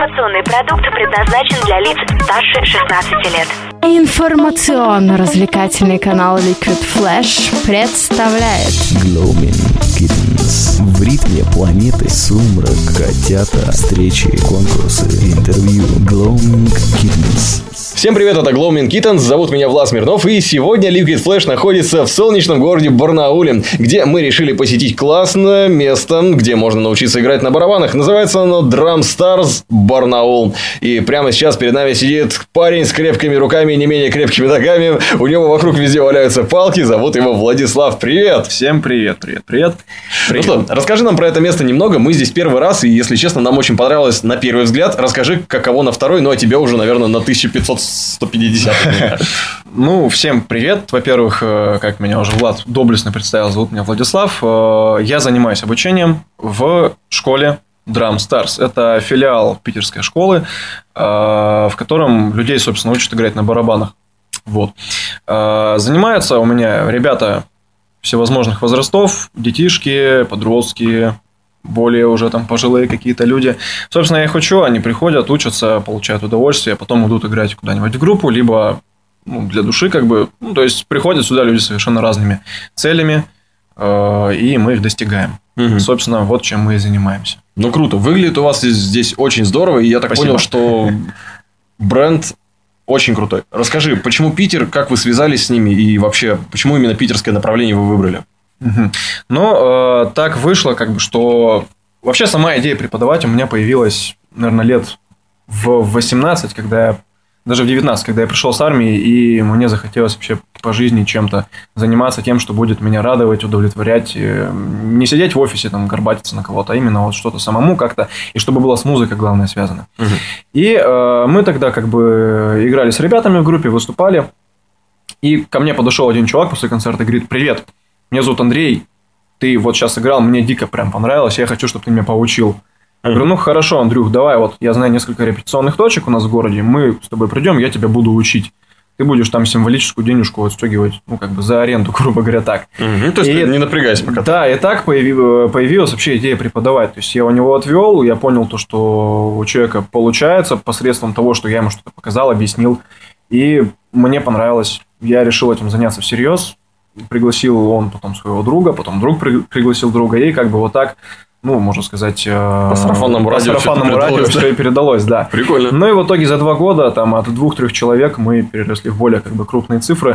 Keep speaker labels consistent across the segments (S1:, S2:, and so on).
S1: Информационный продукт предназначен для лиц старше 16 лет.
S2: Информационно-развлекательный канал Liquid Flash представляет
S3: Glowing Kittens. В ритме планеты сумрак, котята, встречи, конкурсы, интервью. Glowing Kittens.
S4: Всем привет, это Glowing Kittens, зовут меня Влад Смирнов, и сегодня Liquid Flash находится в солнечном городе Барнауле, где мы решили посетить классное место, где можно научиться играть на барабанах. Называется оно Drum Stars Барнаул. И прямо сейчас перед нами сидит парень с крепкими руками и не менее крепкими ногами. У него вокруг везде валяются палки, зовут его Владислав. Привет!
S5: Всем привет.
S4: Ну что, расскажи нам про это место немного. Мы здесь первый раз, и, если честно, нам очень понравилось на первый взгляд. Расскажи, каково на второй, ну, а тебе уже, наверное, на 1500-150.
S5: Ну, всем привет. Во-первых, как меня уже Влад доблестно представил, зовут меня Владислав. Я занимаюсь обучением в школе Drum Stars. Это филиал питерской школы, в котором людей, собственно, учат играть на барабанах. Вот. Занимаются у меня ребята всевозможных возрастов, детишки, подростки, более уже там пожилые какие-то люди. Собственно, я их учу, они приходят, учатся, получают удовольствие, потом идут играть куда-нибудь в группу, либо для души, как бы. Ну, то есть, приходят сюда люди совершенно разными целями, и мы их достигаем. Угу. Собственно, вот чем мы и занимаемся.
S4: Ну, круто. Выглядит у вас здесь очень здорово, и я так понял, что бренд очень крутой. Расскажи, почему Питер, как вы связались с ними, и вообще, почему именно питерское направление вы выбрали?
S5: Угу. Ну, так вышло, как бы, что вообще сама идея преподавать у меня появилась, наверное, лет в 18, даже в 19, когда я пришел с армии, и мне захотелось вообще по жизни чем-то заниматься тем, что будет меня радовать, удовлетворять, не сидеть в офисе, там, горбатиться на кого-то, а именно вот что-то самому как-то, и чтобы было с музыкой, главное, связано. Угу. И мы тогда как бы играли с ребятами в группе, выступали, и ко мне подошел один чувак после концерта и говорит: «Привет, меня зовут Андрей, ты вот сейчас играл, мне дико прям понравилось, я хочу, чтобы ты меня поучил». Я говорю: ну, хорошо, Андрюх, давай, вот я знаю несколько репетиционных точек у нас в городе, мы с тобой придем, я тебя буду учить. Ты будешь там символическую денежку отстегивать, ну, как бы за аренду, грубо говоря, так.
S4: Угу, то есть, ты не напрягайся пока.
S5: Да, и так появилась вообще идея преподавать. То есть, я у него отвел, я понял то, что у человека получается посредством того, что я ему что-то показал, объяснил. И мне понравилось. Я решил этим заняться всерьез. Пригласил он потом своего друга, потом друг пригласил друга. И как бы вот так... Ну, можно сказать,
S4: по сарафанному радио
S5: все и передалось, да.
S4: Прикольно.
S5: Ну, и в итоге за 2 года там, от 2-3 человек мы переросли в более как бы крупные цифры.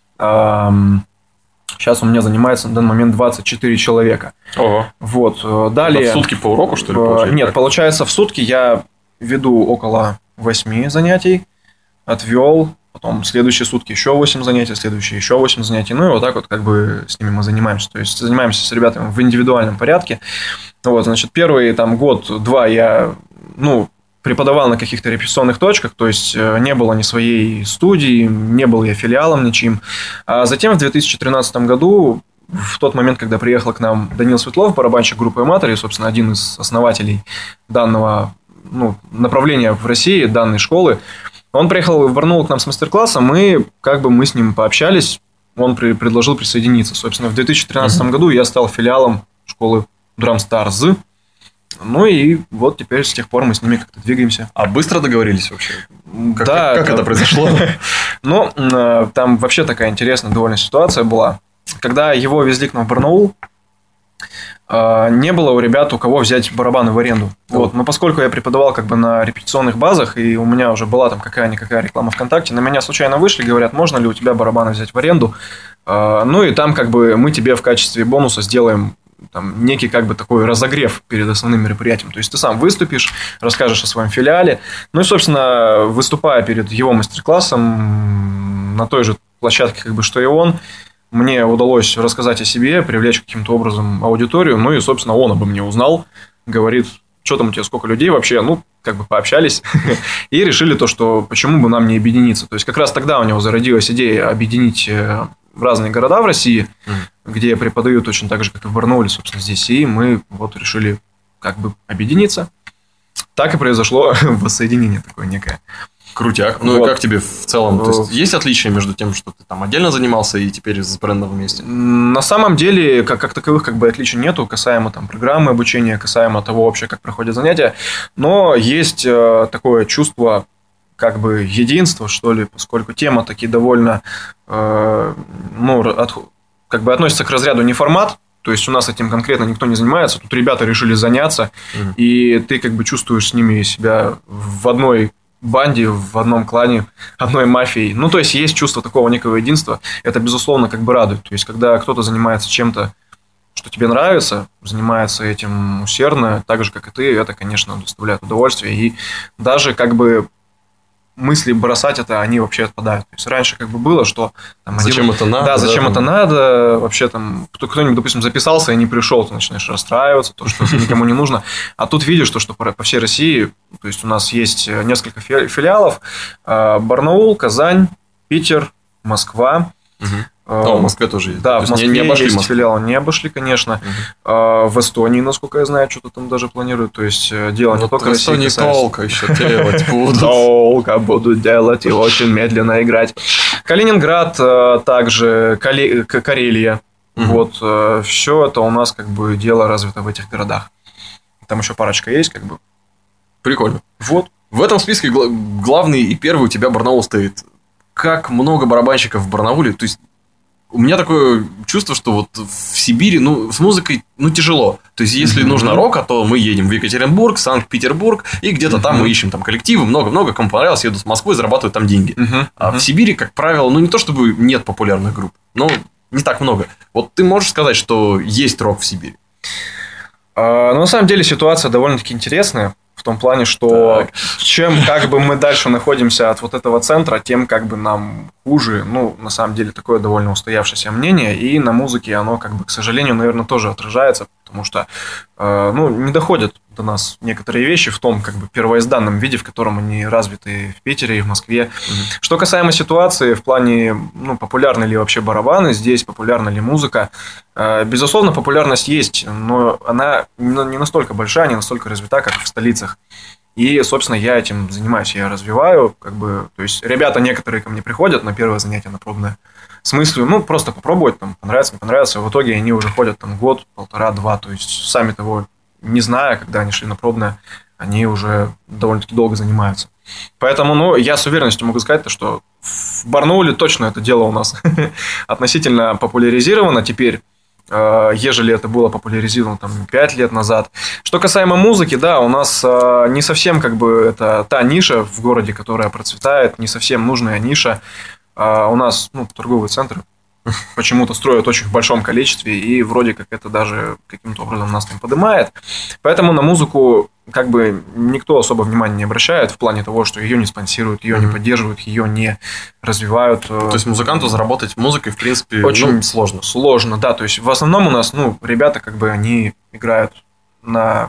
S5: Сейчас у меня занимается на данный момент 24 человека.
S4: Ого.
S5: Вот. Далее...
S4: Это в сутки по уроку, что ли, получается?
S5: Нет, получается, в сутки я веду около 8 занятий, отвел... Потом следующие сутки еще 8 занятий, следующие еще 8 занятий. Ну и вот так вот как бы с ними мы занимаемся. То есть, занимаемся с ребятами в индивидуальном порядке. Вот, значит, первый там год-два я, преподавал на каких-то репетиционных точках. То есть, не было ни своей студии, не был я филиалом ничьим. А затем в 2013 году, в тот момент, когда приехал к нам Данил Светлов, барабанщик группы Аматори, собственно, один из основателей данного направления в России, данной школы, он приехал в Барнаул к нам с мастер-классом, и как бы мы с ним пообщались, он предложил присоединиться. Собственно, в 2013 году я стал филиалом школы Drum Stars. Ну и вот теперь с тех пор мы с ними как-то двигаемся.
S4: А быстро договорились вообще?
S5: Да.
S4: Как это произошло?
S5: Ну, там вообще такая интересная довольно ситуация была. Когда его везли к нам в Барнаул, не было у ребят у кого взять барабаны в аренду. Вот. Но поскольку я преподавал как бы на репетиционных базах, и у меня уже была там какая-никакая реклама ВКонтакте, на меня случайно вышли, говорят: можно ли у тебя барабаны взять в аренду? Ну и там как бы мы тебе в качестве бонуса сделаем там некий как бы такой разогрев перед основным мероприятием. То есть, ты сам выступишь, расскажешь о своем филиале. Ну и, собственно, выступая перед его мастер-классом на той же площадке, как бы, что и он, мне удалось рассказать о себе, привлечь каким-то образом аудиторию. Ну и, собственно, он обо мне узнал. Говорит: что там у тебя, сколько людей вообще? Ну, как бы пообщались. И решили то, что почему бы нам не объединиться. То есть, как раз тогда у него зародилась идея объединить разные города в России, где я преподаю точно так же, как и в Барнауле, собственно, здесь. И мы вот решили как бы объединиться. Так и произошло воссоединение такое некое.
S4: Крутяк. Ну
S5: Вот.
S4: и как тебе в целом? То есть, есть отличия между тем, что ты там отдельно занимался и теперь с брендом вместе?
S5: На самом деле, как таковых как бы отличий нету, касаемо там программы обучения, касаемо того вообще, как проходят занятия. Но есть такое чувство как бы единства, что ли, поскольку тема таки довольно как бы относится к разряду не формат. То есть, у нас этим конкретно никто не занимается. Тут ребята решили заняться, и ты как бы чувствуешь с ними себя в одной банде, в одном клане, одной мафии. Ну, то есть, есть чувство такого некого единства. Это, безусловно, как бы радует. То есть, когда кто-то занимается чем-то, что тебе нравится, занимается этим усердно, так же, как и ты, это, конечно, доставляет удовольствие. И даже как бы мысли бросать это, они вообще отпадают. То есть, раньше как бы было, что... Там,
S4: зачем это надо?
S5: Да, зачем это надо? Вообще там кто-нибудь, допустим, записался и не пришел, ты начинаешь расстраиваться, то, что это никому не нужно. А тут видишь, что по всей России, то есть, у нас есть несколько филиалов. Барнаул, Казань, Питер, Москва.
S4: В Москве тоже есть.
S5: Да, в Москве
S4: не обошли
S5: есть
S4: Москву.
S5: филиалы, не обошли, конечно. В Эстонии, насколько я знаю, что-то там даже планируют. То есть, дело не только
S4: в Эстонии
S5: касается.
S4: толка еще делать будут.
S5: Долго буду делать и очень медленно играть. Калининград, также Карелия. Вот, все это у нас как бы дело развито в этих городах. Там еще парочка есть, как бы.
S4: Прикольно.
S5: Вот.
S4: В этом списке главный и первый у тебя Барнаул стоит. Как много барабанщиков в Барнауле? То есть, у меня такое чувство, что вот в Сибири, с музыкой, тяжело. То есть, если нужно рока, то мы едем в Екатеринбург, Санкт-Петербург, и где-то там мы ищем там коллективы, много-много, кому понравилось, едут в Москву и зарабатывают там деньги. А в Сибири, как правило, не то чтобы нет популярных групп, но не так много. Вот ты можешь сказать, что есть рок в Сибири?
S5: На самом деле ситуация довольно-таки интересная. В том плане, что чем как бы мы дальше находимся от вот этого центра, тем как бы нам хуже. На самом деле, такое довольно устоявшееся мнение. И на музыке оно, как бы, к сожалению, наверное, тоже отражается. Потому что, не доходят до нас некоторые вещи в том, как бы, первоизданном виде, в котором они развиты в Питере и в Москве. Что касаемо ситуации в плане, популярны ли вообще барабаны здесь, популярна ли музыка. Безусловно, популярность есть, но она не настолько большая, не настолько развита, как в столицах. И, собственно, я этим занимаюсь, я развиваю, как бы, то есть, ребята некоторые ко мне приходят на первое занятие, на пробное, с мыслью, просто попробовать, там, понравится, не понравится, в итоге они уже ходят там год, полтора-два, то есть, сами того не зная, когда они шли на пробное, они уже довольно-таки долго занимаются. Поэтому, я с уверенностью могу сказать, что в Барнауле точно это дело у нас относительно популяризировано теперь, ежели это было популяризировано там 5 лет назад. Что касаемо музыки, да, у нас не совсем как бы это та ниша в городе, которая процветает, не совсем нужная ниша. У нас торговые центры почему-то строят очень в большом количестве, и вроде как это даже каким-то образом нас там поднимает. Поэтому на музыку как бы никто особо внимания не обращает в плане того, что ее не спонсируют, ее не поддерживают, ее не развивают.
S4: То есть, музыканту заработать музыкой, в принципе,
S5: очень
S4: сложно.
S5: Сложно, да. То есть, в основном у нас, ребята как бы они играют на...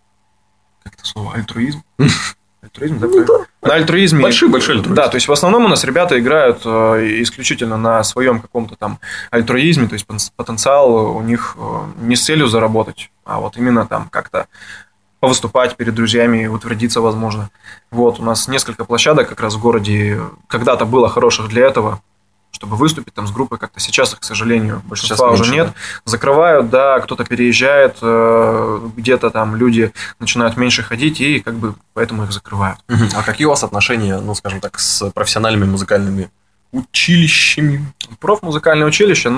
S5: Как это слово? Альтруизм? Альтруизм, да? На альтруизме.
S4: Большой альтруизм.
S5: Да, то есть, в основном у нас ребята играют исключительно на своем каком-то там альтруизме, то есть, потенциал у них не с целью заработать, а вот именно там как-то повыступать перед друзьями, утвердиться, возможно. Вот, у нас несколько площадок как раз в городе когда-то было хороших для этого, чтобы выступить там с группой, как-то сейчас, к сожалению, большинства уже нет. Закрывают, да, кто-то переезжает, где-то там люди начинают меньше ходить, и как бы поэтому их закрывают.
S4: А какие у вас отношения, скажем так, с профессиональными музыкальными училищами?
S5: Профмузыкальное училище,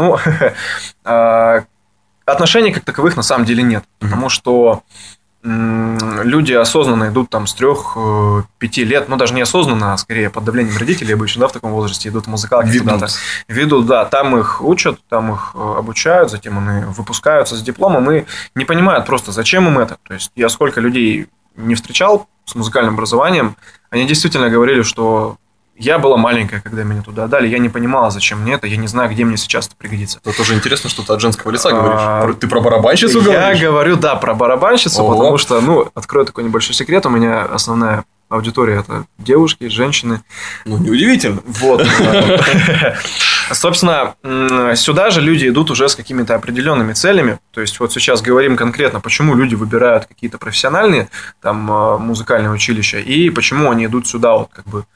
S5: отношений как таковых на самом деле нет, потому что люди осознанно идут там с 3-5 лет, даже неосознанно, а скорее под давлением родителей обычно, да, в таком возрасте идут в музыкалки куда-то. Ведут, да, там их учат, там их обучают, затем они выпускаются с дипломом и не понимают просто, зачем им это. То есть, я сколько людей не встречал с музыкальным образованием, они действительно говорили, что я была маленькая, когда меня туда отдали, я не понимала, зачем мне это, я не знаю, где мне сейчас это пригодится.
S4: Это тоже интересно, что ты от женского лица говоришь. Ты про барабанщицу говоришь?
S5: Я говорю, да, про барабанщицу, потому что, открою такой небольшой секрет, у меня основная аудитория – это девушки, женщины.
S4: Неудивительно.
S5: Вот. Собственно, сюда же люди идут уже с какими-то определенными целями. То есть, вот сейчас говорим конкретно, почему люди выбирают какие-то профессиональные там музыкальные училища, и почему они идут сюда вот как бы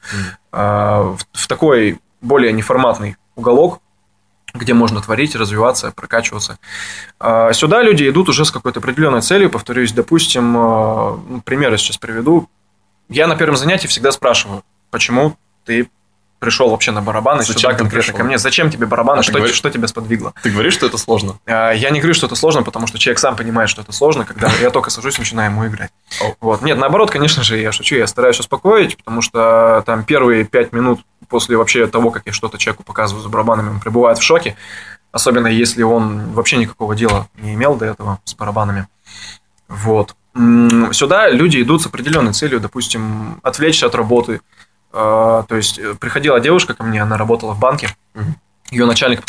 S5: в такой более неформатный уголок, где можно творить, развиваться, прокачиваться. Сюда люди идут уже с какой-то определенной целью. Повторюсь, допустим, пример я сейчас приведу. Я на первом занятии всегда спрашиваю, почему ты пришел вообще на барабаны сюда конкретно ко мне. Зачем тебе барабаны? Что тебя сподвигло?
S4: Ты говоришь, что это сложно?
S5: Я не говорю, что это сложно, потому что человек сам понимает, что это сложно, когда я только сажусь и начинаю ему играть. Вот. Нет, наоборот, конечно же, я шучу, я стараюсь успокоить, потому что там первые 5 минут после вообще того, как я что-то человеку показываю за барабанами, он пребывает в шоке. Особенно если он вообще никакого дела не имел до этого с барабанами. Вот. Сюда люди идут с определенной целью, допустим, отвлечься от работы. То есть приходила девушка ко мне, она работала в банке, ее начальник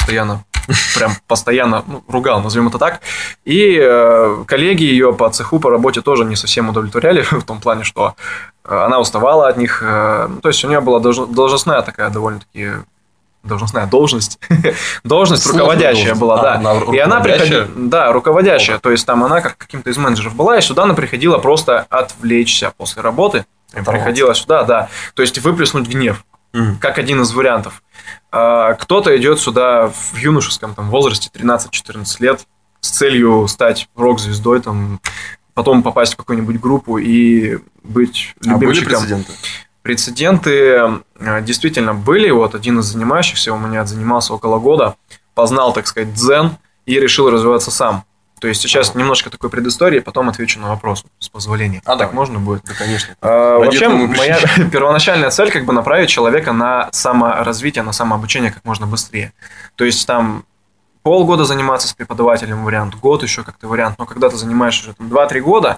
S5: постоянно ругал, назовем это так, и коллеги ее по цеху, по работе тоже не совсем удовлетворяли в том плане, что она уставала от них, то есть у нее была должностная такая довольно-таки должность руководящая была, да. И она приходила, да, руководящая, то есть там она как каким-то из менеджеров была, и сюда она приходила просто отвлечься после работы. Приходила сюда, да. То есть выплеснуть гнев, как один из вариантов. Кто-то идет сюда в юношеском возрасте, 13-14 лет, с целью стать рок-звездой, потом попасть в какую-нибудь группу и быть любимчиком.
S4: Были прецеденты?
S5: Прецеденты действительно были. Вот один из занимающихся у меня занимался около года, познал, так сказать, дзен и решил развиваться сам. То есть сейчас немножко такой предыстории, потом отвечу на вопрос, с позволения. Так
S4: давай.
S5: Можно будет?
S4: Да, конечно.
S5: Вообще, моя первоначальная цель направить человека на саморазвитие, на самообучение как можно быстрее. То есть там полгода заниматься с преподавателем вариант, год еще как-то вариант, но когда ты занимаешься уже 2-3 года,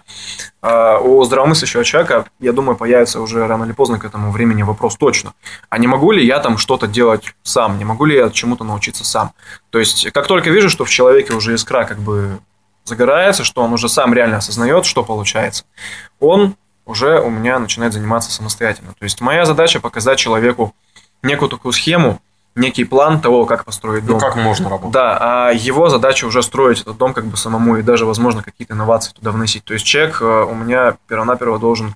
S5: у здравомыслящего человека, я думаю, появится уже рано или поздно к этому времени вопрос точно. А не могу ли я что-то делать сам? Не могу ли я чему-то научиться сам? То есть, как только вижу, что в человеке уже искра загорается, что он уже сам реально осознает, что получается, он уже у меня начинает заниматься самостоятельно. То есть, моя задача показать человеку некую такую схему, некий план того, как построить дом.
S4: Как можно работать.
S5: Да, а его задача уже строить этот дом самому и даже, возможно, какие-то инновации туда вносить. То есть человек у меня перво-наперво должен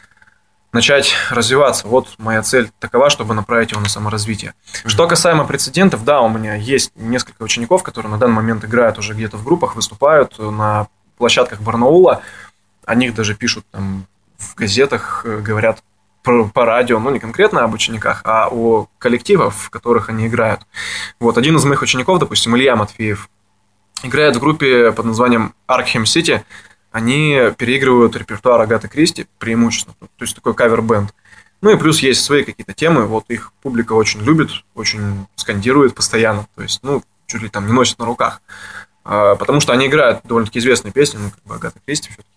S5: начать развиваться. Вот моя цель такова, чтобы направить его на саморазвитие. Что касаемо прецедентов, да, у меня есть несколько учеников, которые на данный момент играют уже где-то в группах, выступают на площадках Барнаула. О них даже пишут в газетах, говорят по радио, не конкретно об учениках, а о коллективах, в которых они играют. Вот один из моих учеников, допустим, Илья Матвеев, играет в группе под названием Arkham City. Они переигрывают репертуар Агаты Кристи преимущественно, то есть такой кавер-бенд. И плюс есть свои какие-то темы, вот их публика очень любит, очень скандирует постоянно, то есть, чуть ли не носит на руках, потому что они играют довольно-таки известные песни, Агата Кристи все-таки.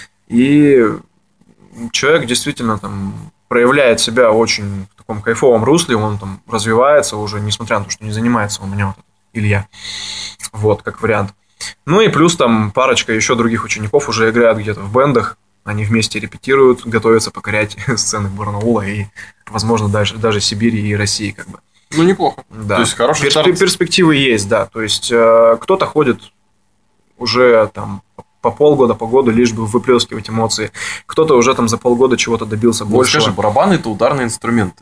S5: И человек действительно проявляет себя очень в таком кайфовом русле, он развивается уже, несмотря на то, что не занимается у меня Илья, вот, как вариант. И плюс парочка еще других учеников уже играют где-то в бендах, они вместе репетируют, готовятся покорять сцены Барнаула и, возможно, даже Сибири и России
S4: неплохо.
S5: Да.
S4: То есть хороший старт.
S5: Перспективы есть, да. То есть кто-то ходит уже по полгода, по году, лишь бы выплескивать эмоции. Кто-то уже за полгода чего-то добился больше.
S4: Скажи, барабаны – это ударный инструмент.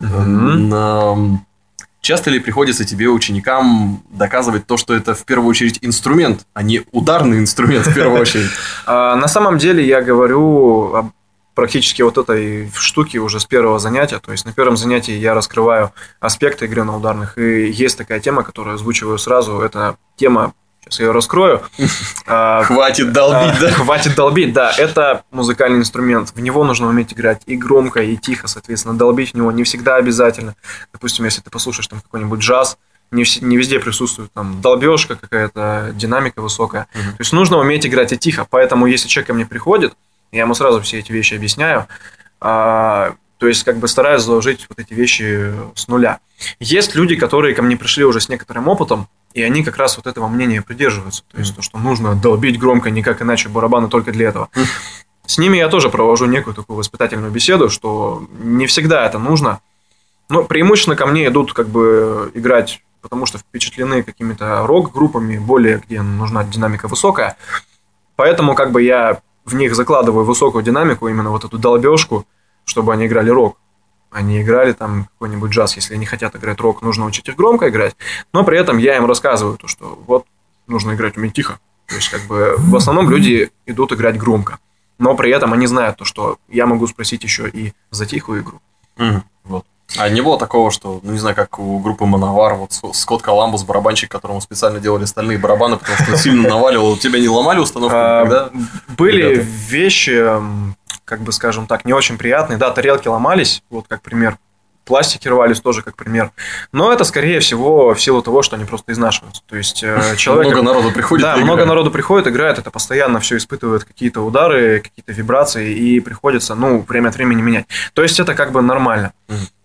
S4: Часто ли приходится тебе, ученикам, доказывать то, что это в первую очередь инструмент, а не ударный инструмент в первую очередь?
S5: На самом деле я говорю об практически этой штуке уже с первого занятия. То есть на первом занятии я раскрываю аспекты игры на ударных. И есть такая тема, которую озвучиваю сразу. Это тема, сейчас я ее раскрою.
S4: Хватит долбить, да?
S5: Хватит долбить, да. Это музыкальный инструмент. В него нужно уметь играть и громко, и тихо, соответственно. Долбить в него не всегда обязательно. Допустим, если ты послушаешь какой-нибудь джаз, не везде присутствует долбежка какая-то, динамика высокая. То есть нужно уметь играть и тихо. Поэтому если человек ко мне приходит, я ему сразу все эти вещи объясняю. То есть стараюсь заложить эти вещи с нуля. Есть люди, которые ко мне пришли уже с некоторым опытом, и они как раз этого мнения придерживаются. То есть то, что нужно долбить громко, никак иначе, барабаны только для этого. С ними я тоже провожу некую такую воспитательную беседу, что не всегда это нужно. Но преимущественно ко мне идут играть потому что впечатлены какими-то рок-группами, более где нужна динамика высокая. Поэтому как бы я в них закладываю высокую динамику, именно вот эту долбежку, чтобы они играли рок. Они играли там какой-нибудь джаз. Если они хотят играть рок, нужно учить их громко играть. Но при этом я им рассказываю, то, что вот нужно играть уметь тихо. То есть, как бы, в основном люди идут играть громко. Но при этом они знают то, что я могу спросить еще и за тихую игру.
S4: Вот. А не было такого, что, ну не знаю, как у группы Мановар, вот Скотт Коламбус, барабанщик, которому специально делали стальные барабаны, потому что сильно наваливал. Тебя не ломали установку никогда?
S5: Были вещи, как бы, скажем так, не очень приятные. Да, тарелки ломались, вот как пример. Пластики рвались тоже как пример. Но это, скорее всего, в силу того, что они просто изнашиваются. То есть, человек...
S4: Много народу приходит.
S5: Да, много народу приходит, играет, это постоянно все испытывает какие-то удары, какие-то вибрации, и приходится, время от времени менять. То есть, это как бы нормально.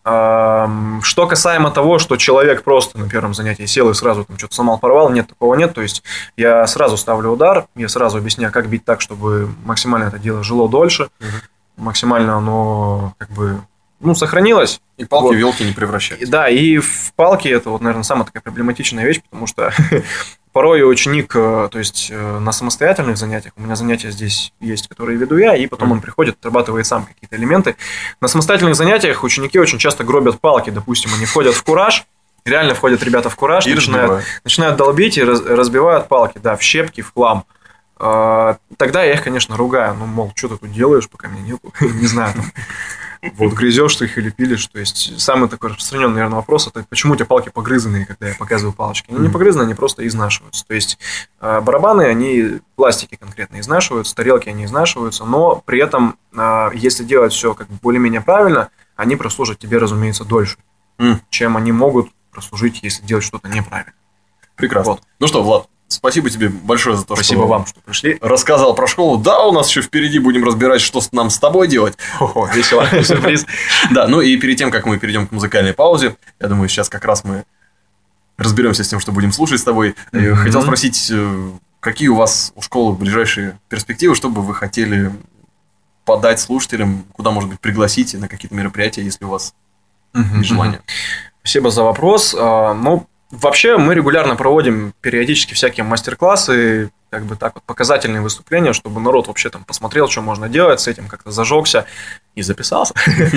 S5: Что касаемо того, что человек просто на первом занятии сел и сразу там что-то сломал, порвал, нет, такого нет. То есть, я сразу ставлю удар, я сразу объясняю, как бить так, чтобы максимально это дело жило дольше, максимально оно как бы... сохранилось.
S4: И палки в елки не превращаются.
S5: Да, и в палки это, вот, наверное, самая такая проблематичная вещь, потому что порой ученик, то есть на самостоятельных занятиях, у меня занятия здесь есть, которые веду я, и потом он приходит, отрабатывает сам какие-то элементы. На самостоятельных занятиях ученики очень часто гробят палки, допустим, они входят в кураж, реально входят ребята в кураж, начинают долбить и разбивают палки, да, в щепки, в хлам. Тогда я их, конечно, ругаю, мол, что ты тут делаешь, пока меня нету, не знаю, там. Вот, грызешь ты их или пилишь. То есть, самый такой распространенный, наверное, вопрос, это почему у тебя палки погрызанные, когда я показываю палочки. Они не погрызаны, они просто изнашиваются. То есть, барабаны, они, пластики конкретно изнашиваются, тарелки, они изнашиваются, но при этом, если делать все как бы более-менее правильно, они прослужат тебе, разумеется, дольше, чем они могут прослужить, если делать что-то неправильно.
S4: Прекрасно. Вот. Ну что, Влад, спасибо тебе большое за то,
S5: Спасибо вам, что пришли.
S4: Рассказал про школу. Да, у нас еще впереди будем разбирать, что нам с тобой делать.
S5: Весело, сюрприз.
S4: Да, и перед тем, как мы перейдем к музыкальной паузе, я думаю, сейчас как раз мы разберемся с тем, что будем слушать с тобой. Хотел спросить, какие у вас у школы ближайшие перспективы, что бы вы хотели подать слушателям, куда, может быть, пригласить на какие-то мероприятия, если у вас есть желание.
S5: Спасибо за вопрос. Вообще, мы регулярно проводим периодически всякие мастер-классы, как бы так вот показательные выступления, чтобы народ вообще там посмотрел, что можно делать, с этим как-то зажегся и записался.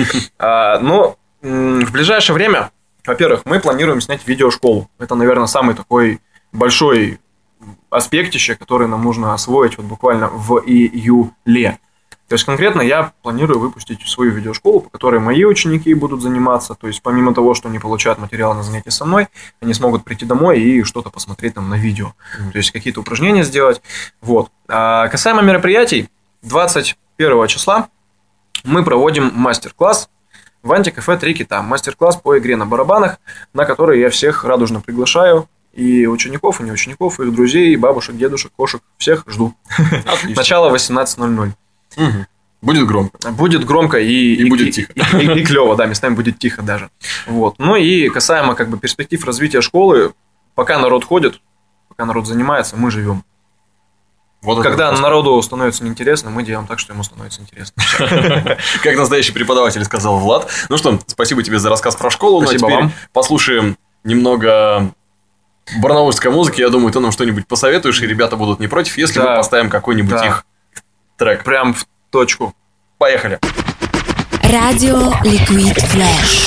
S5: Но в ближайшее время, во-первых, мы планируем снять видеошколу. Это, наверное, самый такой большой аспектище, который нам нужно освоить вот буквально в июле. То есть, конкретно я планирую выпустить свою видеошколу, по которой мои ученики будут заниматься. То есть, помимо того, что они получают материал на занятия со мной, они смогут прийти домой и что-то посмотреть там на видео. То есть, какие-то упражнения сделать. Вот. А касаемо мероприятий, 21 числа мы проводим мастер-класс в антикафе «Три кита». Мастер-класс по игре на барабанах, на который я всех радужно приглашаю. И учеников, и не учеников, и их друзей, и бабушек, дедушек, кошек. Всех жду. Начало 18:00.
S4: Будет громко.
S5: Будет громко и
S4: будет тихо.
S5: И клево, да, местами будет тихо даже. Вот. И касаемо как бы перспектив развития школы, пока народ ходит, пока народ занимается, мы живем. Вот когда народу становится неинтересно, мы делаем так, что ему становится интересно.
S4: Как настоящий преподаватель сказал Влад. Ну что, спасибо тебе за рассказ про школу.
S5: Спасибо вам.
S4: Послушаем немного барнаульской музыки. Я думаю, ты нам что-нибудь посоветуешь, и ребята будут не против, если мы поставим какой-нибудь их трек.
S5: Прям в точку.
S4: Поехали.
S6: Радио Liquid Flash.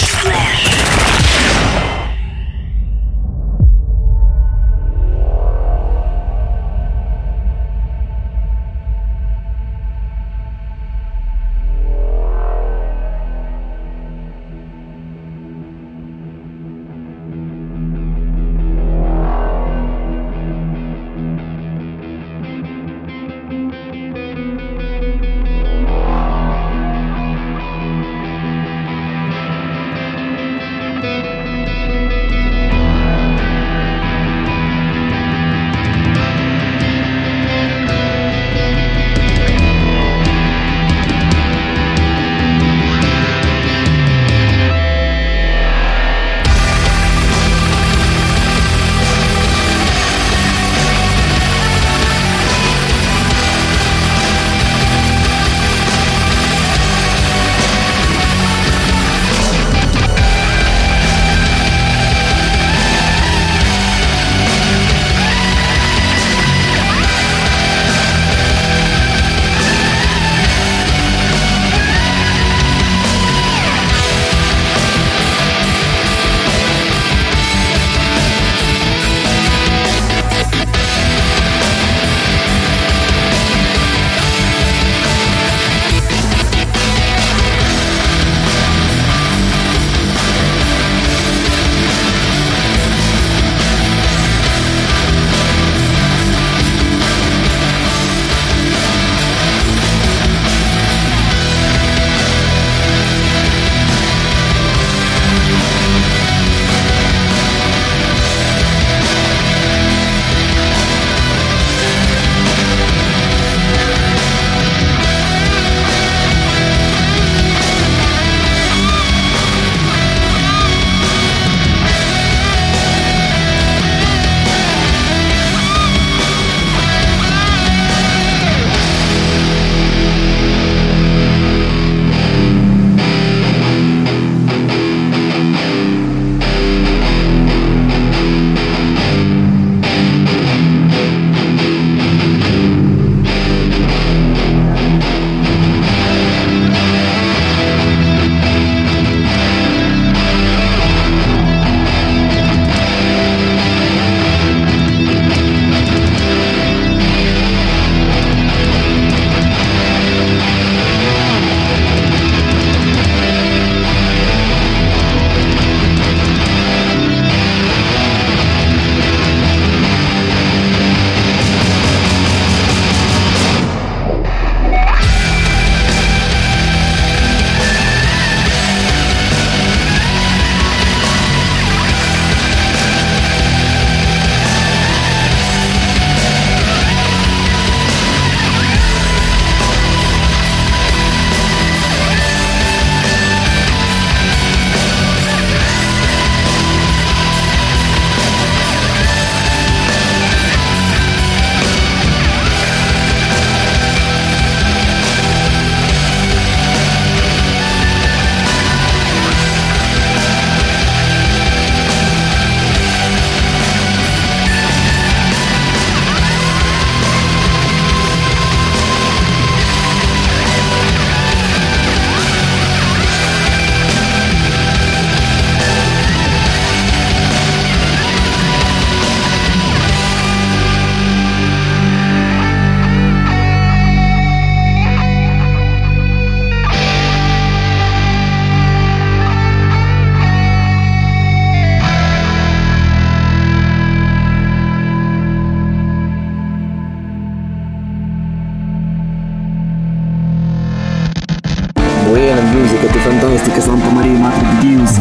S7: Костика Санта Мария Матрик Дьюс.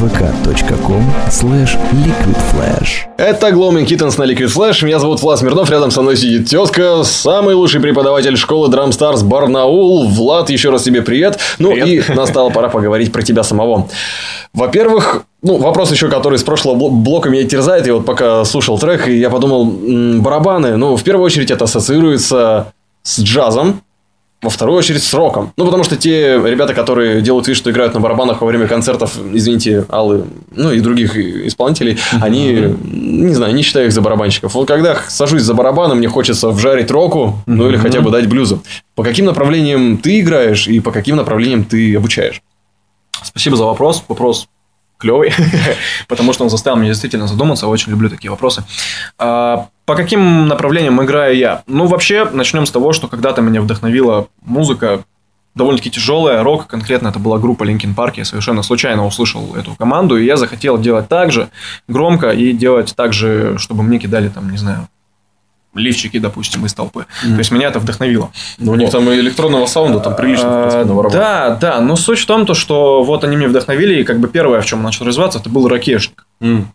S3: vk.com/liquidflash.
S4: Это Gloaming Kittens на Liquid Flash. Меня зовут Влад Смирнов. Рядом со мной сидит тезка, самый лучший преподаватель школы Drum Stars Барнаул. Влад, еще раз тебе привет. И настала пора поговорить про тебя самого. Во-первых, вопрос еще, который с прошлого блока меня терзает. Я вот пока слушал трек, и я подумал, барабаны, в первую очередь это ассоциируется с джазом. Во вторую очередь с роком. Потому что те ребята, которые делают вид, что играют на барабанах во время концертов, извините, Аллы, и других исполнителей, они, не знаю, не считаю их за барабанщиков. Вот когда сажусь за барабаном, мне хочется вжарить року, или хотя бы дать блюзу. По каким направлениям ты играешь и по каким направлениям ты обучаешь?
S5: Спасибо за вопрос. Вопрос клевый, потому что он заставил меня действительно задуматься. Очень люблю такие вопросы. По каким направлениям играю я? Вообще, начнем с того, что когда-то меня вдохновила музыка довольно-таки тяжелая, рок. Конкретно это была группа Linkin Park. Я совершенно случайно услышал эту команду, и я захотел делать так же громко и делать так же, чтобы мне кидали лифчики, допустим, из толпы. То есть, меня это вдохновило.
S4: У них там и электронного саунда там прилично.
S5: Да. Но суть в том, что вот они меня вдохновили, и первое, в чем я начал развиваться, это был рокешник.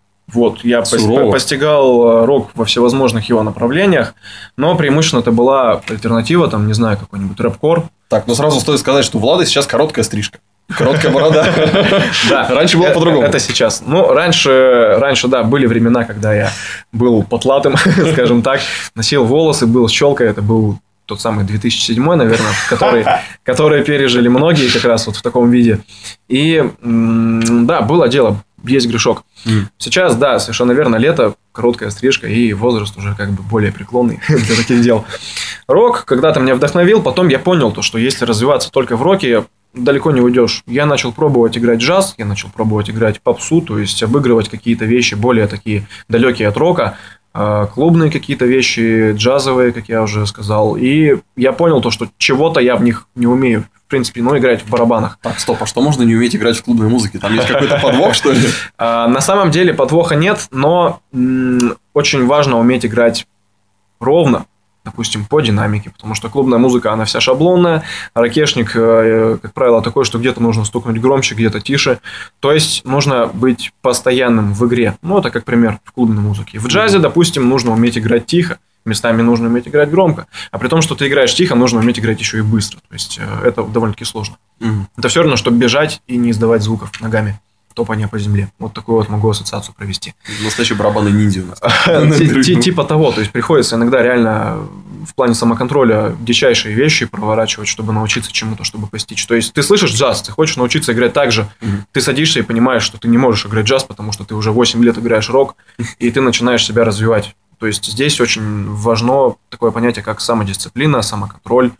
S5: Я постигал рок во всевозможных его направлениях, но преимущественно это была альтернатива, какой-нибудь рэп-кор.
S4: Так, сразу стоит сказать, что у Влада сейчас короткая стрижка. Короткая борода.
S5: Да.
S4: Раньше было по-другому.
S5: Это сейчас. Раньше, да, были времена, когда я был потлатым, скажем так, носил волосы, был с челкой. Это был тот самый 2007, наверное, который пережили многие как раз вот в таком виде. И, да, было дело, есть грешок. Сейчас, да, совершенно верно, лето, короткая стрижка и возраст уже более преклонный для таких дел. Рок когда-то меня вдохновил, потом я понял, что если развиваться только в роке, далеко не уйдешь. Я начал пробовать играть джаз, я начал пробовать играть попсу, то есть обыгрывать какие-то вещи более такие далекие от рока, клубные какие-то вещи, джазовые, как я уже сказал. И я понял что чего-то я в них не умею. В принципе, играть в барабанах.
S4: Так, стоп, а что можно не уметь играть в клубной музыке? Там есть какой-то подвох, что ли?
S5: На самом деле подвоха нет, но очень важно уметь играть ровно, допустим, по динамике, потому что клубная музыка, она вся шаблонная, а рокешник, как правило, такой, что где-то нужно стукнуть громче, где-то тише, то есть нужно быть постоянным в игре, это как пример в клубной музыке. В джазе, допустим, нужно уметь играть тихо, местами нужно уметь играть громко, а при том, что ты играешь тихо, нужно уметь играть еще и быстро, то есть это довольно-таки сложно. Это все равно, чтобы бежать и не издавать звуков ногами. Топание по земле. Вот такую могу ассоциацию провести.
S4: Настоящий барабанный ниндзя у нас.
S5: Типа того. То есть, приходится иногда реально в плане самоконтроля дичайшие вещи проворачивать, чтобы научиться чему-то, чтобы постичь. То есть, ты слышишь джаз, ты хочешь научиться играть так же. Ты садишься и понимаешь, что ты не можешь играть джаз, потому что ты уже 8 лет играешь рок, и ты начинаешь себя развивать. То есть, здесь очень важно такое понятие, как самодисциплина, самоконтроль.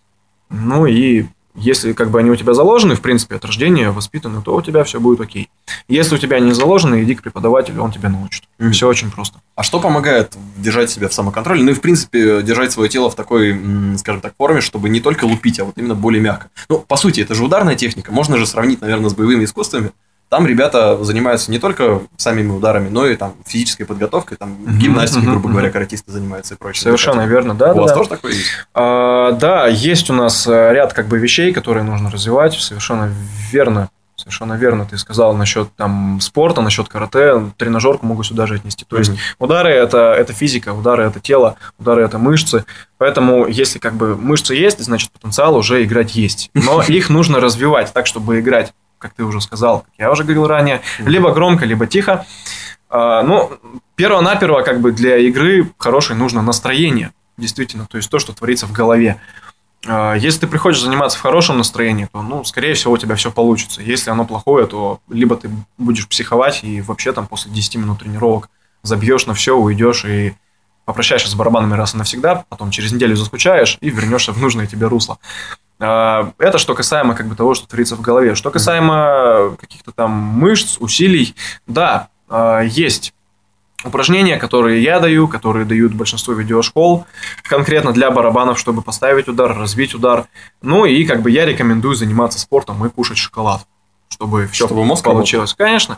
S5: И если они у тебя заложены, в принципе, от рождения, воспитаны, то у тебя все будет окей. Если у тебя не заложены, иди к преподавателю, он тебя научит. Все очень просто.
S4: А что помогает держать себя в самоконтроле? И, в принципе, держать свое тело в такой, скажем так, форме, чтобы не только лупить, а вот именно более мягко. По сути, это же ударная техника. Можно же сравнить, наверное, с боевыми искусствами. Там ребята занимаются не только самими ударами, но и физической подготовкой, гимнастикой, грубо говоря, каратисты занимаются и прочее.
S5: Совершенно верно, да.
S4: У вас тоже такое есть?
S5: Да, есть у нас ряд вещей, которые нужно развивать. Совершенно верно ты сказал насчет спорта, насчет карате, тренажерку могу сюда же отнести. То есть удары это физика, удары это тело, удары это мышцы. Поэтому если мышцы есть, значит потенциал уже играть есть. Но их нужно развивать так, чтобы играть, как ты уже сказал, как я уже говорил ранее, либо громко, либо тихо. Перво-наперво, для игры хорошей нужно настроение, действительно, то есть то, что творится в голове. Если ты приходишь заниматься в хорошем настроении, то, скорее всего, у тебя все получится. Если оно плохое, то либо ты будешь психовать и вообще после 10 минут тренировок забьешь на все, уйдешь и попрощаешься с барабанами раз и навсегда, потом через неделю заскучаешь и вернешься в нужное тебе русло. Это что касаемо того, что творится в голове. Что касаемо каких-то мышц, усилий, да, есть упражнения, которые я даю, которые дают большинство видеошкол, конкретно для барабанов, чтобы поставить удар, развить удар. И я рекомендую заниматься спортом и кушать шоколад, чтобы все получилось. Конечно.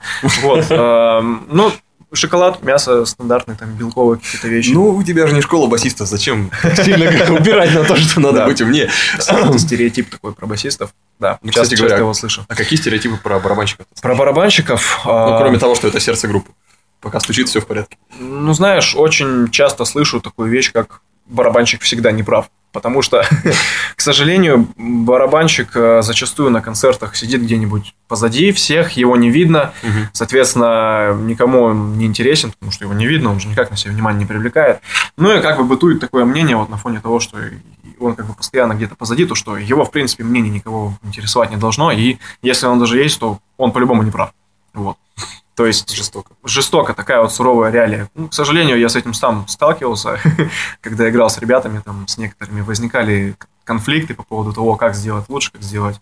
S5: Шоколад, мясо стандартные, белковые какие-то вещи.
S4: У тебя же не школа басистов, зачем сильно убирать на то, что надо быть умнее?
S5: Стереотип такой про басистов. Да,
S4: Ну, кстати
S5: часто
S4: говоря,
S5: его слышу.
S4: А какие стереотипы про барабанщиков?
S5: Про барабанщиков...
S4: Ну, кроме того, что это сердце группы. Пока стучит, все в порядке.
S5: Ну, знаешь, очень часто слышу такую вещь, как барабанщик всегда не прав. Потому что, к сожалению, барабанщик зачастую на концертах сидит где-нибудь позади всех, его не видно. Соответственно, никому он не интересен, потому что его не видно, он же никак на себя внимание не привлекает. Ну и как бы бытует такое мнение вот на фоне того, что он как бы постоянно где-то позади, то что его, в принципе, мнение никого интересовать не должно. И если он даже есть, то он по-любому не прав. Вот. То есть жестоко, такая вот суровая реалия. Ну, к сожалению, я с этим сам сталкивался, когда играл с ребятами, там, с некоторыми возникали конфликты по поводу того, как сделать лучше, как сделать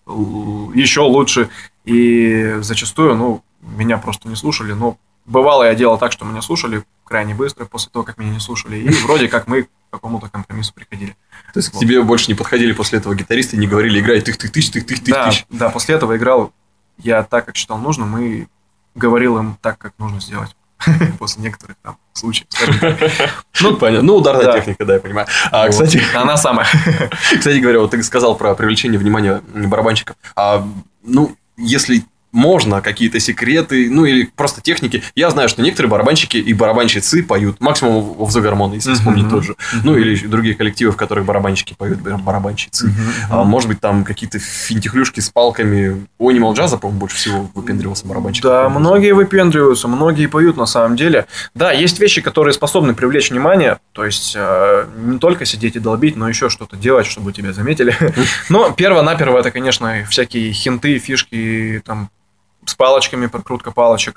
S5: еще лучше. И зачастую, ну, меня просто не слушали. Но бывало, я делал так, что меня слушали крайне быстро после того, как меня не слушали. И вроде как мы к какому-то компромиссу приходили.
S4: То есть к тебе больше не подходили после этого гитаристы и не говорили, играй тых-тых-тых-тых-тых-тых.
S5: Да, после этого играл я так, как считал нужным, и говорил им так, как нужно сделать. После некоторых там случаев, скажем так.
S4: Ну, понятно. Ну, ударная техника, да, я понимаю. А, кстати...
S5: Она самая.
S4: Кстати говоря, вот ты сказал про привлечение внимания барабанщиков. Ну, если можно, какие-то секреты, ну, или просто техники. Я знаю, что некоторые барабанщики и барабанщицы поют. Максимум Off the Garmon, если вспомнить тот же. Ну, или другие коллективы, в которых барабанщики поют, барабанщицы. Может быть, там какие-то финтихлюшки с палками. У Animal Jazz, по-моему, больше всего выпендривался барабанщик.
S5: Да, многие выпендриваются, многие поют на самом деле. Да, есть вещи, которые способны привлечь внимание. То есть, не только сидеть и долбить, но еще что-то делать, чтобы тебя заметили. Но перво-наперво это, конечно, всякие хинты, фишки, там, с палочками, прокрутка палочек.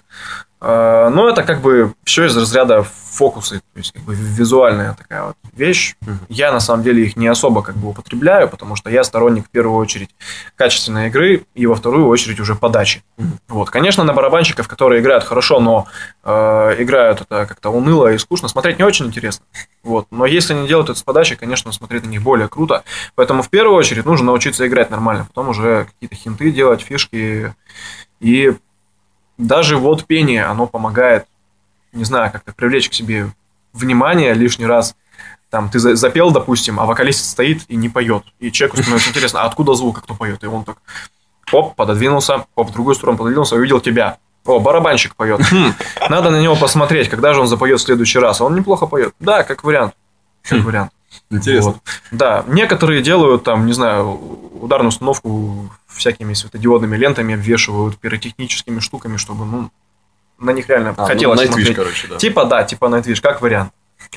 S5: Но это как бы все из разряда фокусы, то есть как бы визуальная такая вот вещь. Я на самом деле их не особо как бы употребляю, потому что я сторонник в первую очередь качественной игры и во вторую очередь уже подачи. Вот. Конечно, на барабанщиков, которые играют хорошо, но играют это как-то уныло и скучно, смотреть не очень интересно. Вот. Но если они делают это с подачей, конечно, смотреть на них более круто. Поэтому в первую очередь нужно научиться играть нормально, потом уже какие-то хинты делать, фишки. И даже вот пение, оно помогает, не знаю, как-то привлечь к себе внимание лишний раз. Там ты запел, допустим, а вокалист стоит и не поет. И человеку становится интересно, а откуда звук, кто поет? И он так, оп, пододвинулся, оп, в другую сторону пододвинулся, увидел тебя. О, барабанщик поет. Надо на него посмотреть, когда же он запоет в следующий раз. А он неплохо поет. Да, как вариант. Как вариант.
S4: Интересно.
S5: Вот. Да, некоторые делают там, не знаю, ударную установку всякими светодиодными лентами обвешивают, пиротехническими штуками, чтобы, ну, на них реально хотелось смотреть.
S4: Короче, да.
S5: Типа Nightwish, как вариант.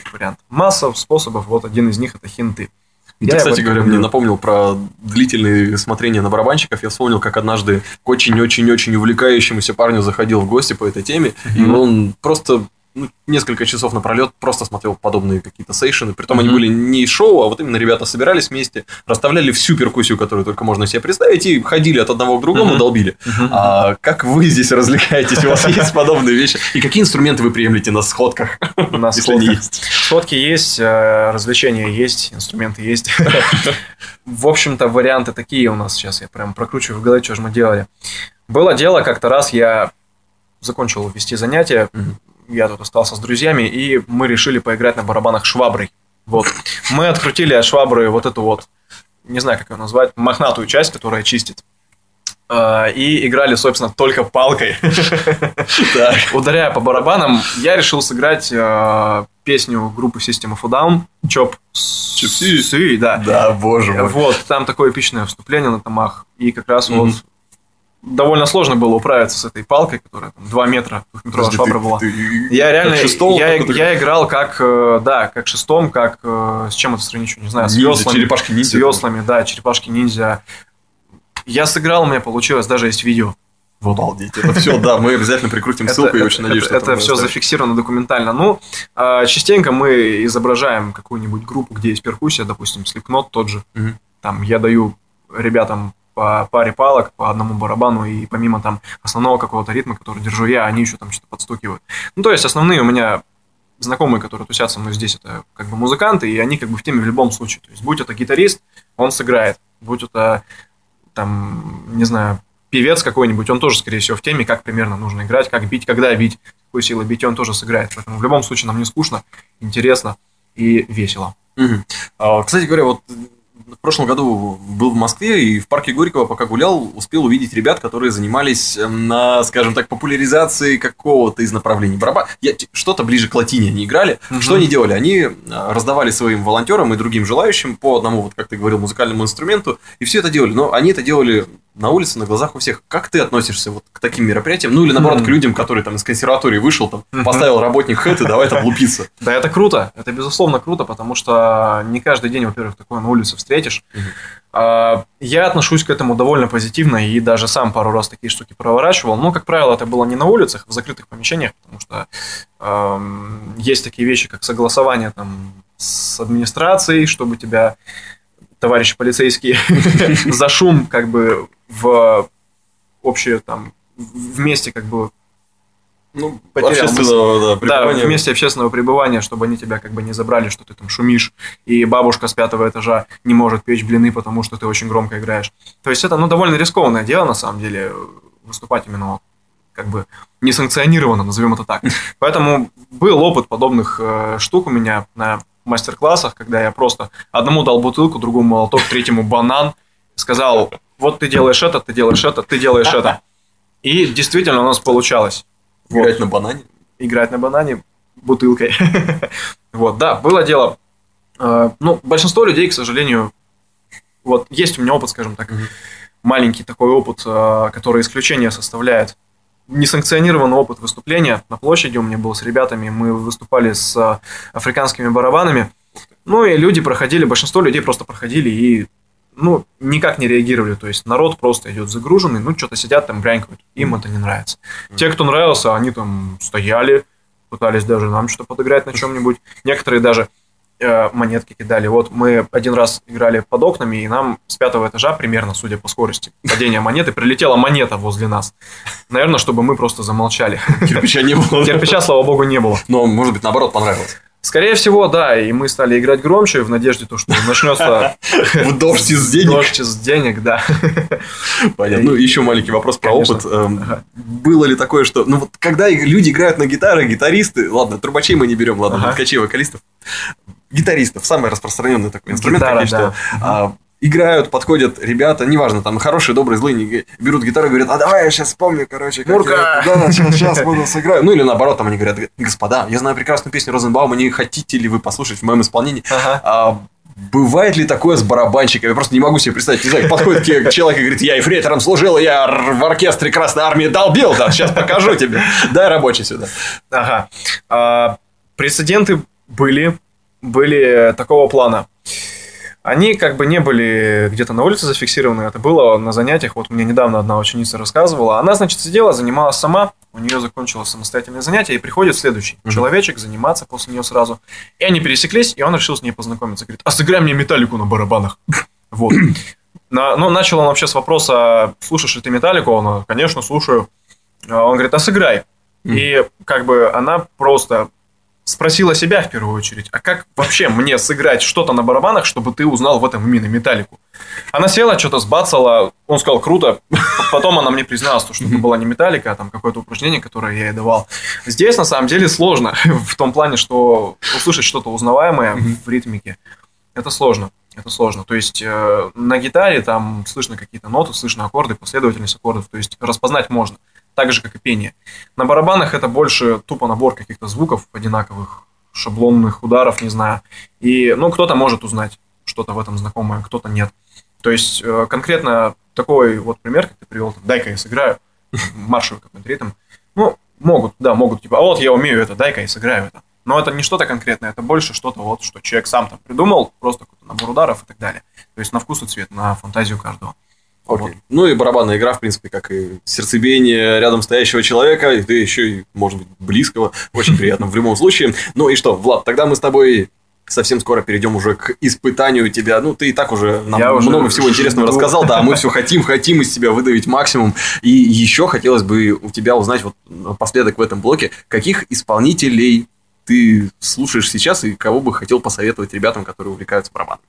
S5: Масса способов, вот один из них это хинты.
S4: Ты, кстати говоря, мне напомнил про длительные смотрения на барабанщиков. Я вспомнил, как однажды к очень-очень-очень увлекающемуся парню заходил в гости по этой теме, и он просто несколько часов напролет просто смотрел подобные какие-то сейшены. Притом они были не шоу, а вот именно ребята собирались вместе, расставляли всю перкуссию, которую только можно себе представить, и ходили от одного к другому, долбили. А как вы здесь развлекаетесь? У вас есть подобные вещи? И какие инструменты вы приемлете на сходках?
S5: На сходках. Сходки есть, развлечения есть, инструменты есть. В общем-то, варианты такие у нас сейчас. Я прям прокручиваю в голове, что же мы делали. Было дело, как-то раз я закончил вести занятия. Я тут остался с друзьями, и мы решили поиграть на барабанах шваброй. Вот. Мы открутили от швабры вот эту вот, не знаю, как ее назвать, мохнатую часть, которая чистит. И играли, собственно, только палкой. Ударяя по барабанам, я решил сыграть песню группы System of a Down Chop Suey, да.
S4: Да, боже мой.
S5: Вот, там такое эпичное вступление на томах, и как раз вот довольно сложно было управиться с этой палкой, которая там 2 метра, 2-метровая швабра была. Я реально, я играл как, да, как шестом, как, с чем это сравнить, не знаю, с веслами.
S4: Черепашки-ниндзя.
S5: С веслами, да, черепашки-ниндзя. Я сыграл, у меня получилось, даже есть видео.
S4: Обалдеть. Это все, да, мы обязательно прикрутим ссылку, и очень надеюсь, что
S5: это все зафиксировано документально. Ну, частенько мы изображаем какую-нибудь группу, где есть перкуссия, допустим, Slipknot тот же. Там я даю ребятам по паре палок, по одному барабану, и помимо там основного какого-то ритма, который держу я, они еще там что-то подстукивают. Ну, то есть, основные у меня знакомые, которые тусят со мной здесь, это как бы музыканты, и они как бы в теме в любом случае. То есть, будь это гитарист, он сыграет. Будь это, там, не знаю, певец какой-нибудь, он тоже, скорее всего, в теме, как примерно нужно играть, как бить, когда бить, какой силой бить, он тоже сыграет. Поэтому в любом случае нам не скучно, интересно и весело.
S4: Кстати говоря, вот
S8: в прошлом году был в Москве и в парке Горького, пока гулял, успел увидеть ребят, которые занимались на, скажем так, популяризации какого-то из направлений барабана. Что-то ближе к латине они играли. Что они делали? Они раздавали своим волонтерам и другим желающим по одному, вот как ты говорил, музыкальному инструменту, и все это делали. Но они это делали на улице, на глазах у всех. Как ты относишься вот к таким мероприятиям? Ну, или наоборот, к людям, которые там из консерватории вышел, там, поставил работник хэт и давай там лупиться.
S5: Да, это круто. Это, безусловно, круто, потому что не каждый день, во-первых, такое на улице встретишь. Я отношусь к этому довольно позитивно и даже сам пару раз такие штуки проворачивал. Но, как правило, это было не на улицах, в закрытых помещениях, потому что есть такие вещи, как согласование там, с администрацией, чтобы тебя товарищи полицейские за шум как бы в общее там вместе как бы
S8: общественного пребывания.
S5: Да, вместе общественного пребывания, чтобы они тебя как бы не забрали, что ты там шумишь, и бабушка с 5-го этажа не может печь блины, потому что ты очень громко играешь. То есть это довольно рискованное дело, на самом деле, выступать именно как бы несанкционированно, назовем это так. Поэтому был опыт подобных штук у меня на мастер-классах, когда я просто одному дал бутылку, другому молоток, третьему банан, сказал, вот ты делаешь это, ты делаешь это, ты делаешь это. И действительно у нас получалось.
S8: Играть на банане?
S5: Играть на банане бутылкой. Вот, да, было дело. Большинство людей, к сожалению, вот есть у меня опыт, скажем так, маленький такой опыт, который исключение составляет. Несанкционированный опыт выступления на площади у меня был с ребятами. Мы выступали с африканскими барабанами. Ну, и люди проходили, большинство людей просто проходили и никак не реагировали. То есть народ просто идет загруженный, что-то сидят там, брянькают. Им это не нравится. Те, кто нравился, они там стояли, пытались даже нам что-то подыграть на чем-нибудь. Некоторые даже монетки кидали. Вот мы один раз играли под окнами, и нам с 5-го этажа, примерно, судя по скорости падения монеты, прилетела монета возле нас. Наверное, чтобы мы просто замолчали.
S8: Кирпича не было.
S5: Кирпича, слава богу, не было.
S8: Но, может быть, наоборот, понравилось.
S5: Скорее всего, да, и мы стали играть громче в надежде, что начнется...
S8: В дождь из денег.
S5: Дождь из денег, да.
S8: Понятно. Еще маленький вопрос про опыт. Было ли такое, что... когда люди играют на гитары, гитаристы... Ладно, трубачей мы не берем, ладно, ткачей, вокалистов. Гитаристов, самый распространенный такой инструмент, как я считаю. Играют, подходят ребята, неважно, там, хорошие, добрые, злые, берут гитару и говорят, давай я сейчас вспомню, короче,
S5: Мурка!
S8: Да, сейчас буду сыграю. Или наоборот, там они говорят, господа, я знаю прекрасную песню Розенбаума, не хотите ли вы послушать в моем исполнении? Бывает ли такое с барабанщиками? Я просто не могу себе представить. Не знаю, подходит человек и говорит, я эфрейтором служил, я в оркестре Красной Армии долбил, да, сейчас покажу тебе. Дай рабочий сюда.
S5: Прецеденты были такого плана. Они как бы не были где-то на улице зафиксированы, это было на занятиях. Вот мне недавно одна ученица рассказывала. Она, значит, сидела, занималась сама, у нее закончилось самостоятельное занятие, и приходит следующий человечек заниматься после нее сразу. И они пересеклись, и он решил с ней познакомиться. Говорит, сыграй мне металлику на барабанах. Вот. Начал он вообще с вопроса, слушаешь ли ты металлику? Он, конечно, слушаю. Он говорит, сыграй. И как бы она просто... спросила себя в первую очередь, а как вообще мне сыграть что-то на барабанах, чтобы ты узнал в этом именно металлику? Она села, что-то сбацала, он сказал, круто. Потом она мне призналась, что это была не металлика, а там какое-то упражнение, которое я ей давал. Здесь на самом деле сложно, в том плане, что услышать что-то узнаваемое в ритмике, это сложно. Это сложно. То есть на гитаре там слышно какие-то ноты, слышно аккорды, последовательность аккордов, то есть распознать можно. Так же, как и пение. На барабанах это больше тупо набор каких-то звуков одинаковых, шаблонных ударов, не знаю. И, кто-то может узнать что-то в этом знакомое, кто-то нет. То есть, конкретно такой вот пример, как ты привел, дай-ка я сыграю, маршевый какой-то ритм. Могут, типа, вот я умею это, дай-ка я сыграю это. Но это не что-то конкретное, это больше что-то вот, что человек сам там придумал, просто какой-то набор ударов и так далее. То есть, на вкус и цвет, на фантазию каждого.
S8: Окей. Вот. И барабанная игра, в принципе, как и сердцебиение рядом стоящего человека, и ты еще и, может быть, близкого. Очень приятно в любом случае. И что, Влад, тогда мы с тобой совсем скоро перейдем уже к испытанию тебя. Ты и так уже нам много всего интересного рассказал, да, а мы все хотим из тебя выдавить максимум. И еще хотелось бы у тебя узнать вот напоследок в этом блоке, каких исполнителей ты слушаешь сейчас и кого бы хотел посоветовать ребятам, которые увлекаются барабаном?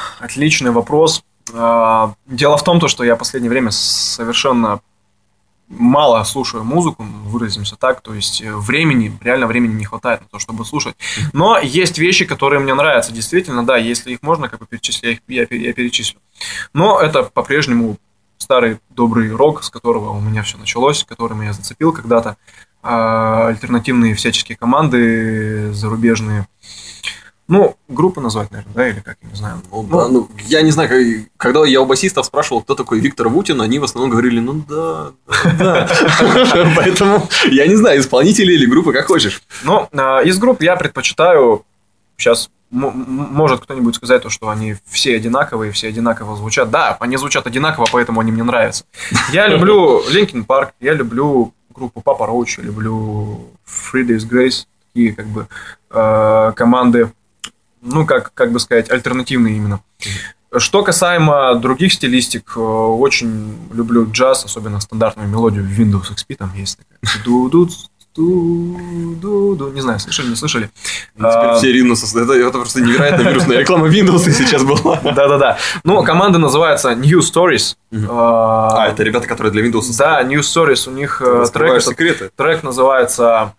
S5: Отличный вопрос. Дело в том, что я в последнее время совершенно мало слушаю музыку, выразимся так, то есть реально времени не хватает на то, чтобы слушать. Но есть вещи, которые мне нравятся, действительно, да, если их можно как бы перечислять, я перечислю. Но это по-прежнему старый добрый рок, с которого у меня все началось, который меня зацепил когда-то. Альтернативные всяческие команды зарубежные. Ну, группы назвать, наверное, да, или как, я не знаю.
S8: Я не знаю, когда я у басистов спрашивал, кто такой Виктор Вутин, они в основном говорили, да. Поэтому я не знаю, исполнители или группы, как хочешь.
S5: Но из групп я предпочитаю, сейчас может кто-нибудь сказать, что они все одинаковые, все одинаково звучат. Да, они звучат одинаково, поэтому они мне нравятся. Я люблю Linkin Park, я люблю группу Papa Roach, я люблю Three Days Grace, такие как бы команды, ну, как бы сказать, альтернативные именно. Что касаемо других стилистик, очень люблю джаз, особенно стандартную мелодию в Windows XP, там есть такая. Не знаю, слышали, не слышали.
S8: Теперь все ринутся. Это просто невероятно вирусная реклама Windows сейчас была.
S5: Да. Ну, команда называется New Stories.
S8: Это ребята, которые для Windows.
S5: Да, New Stories, у них трек называется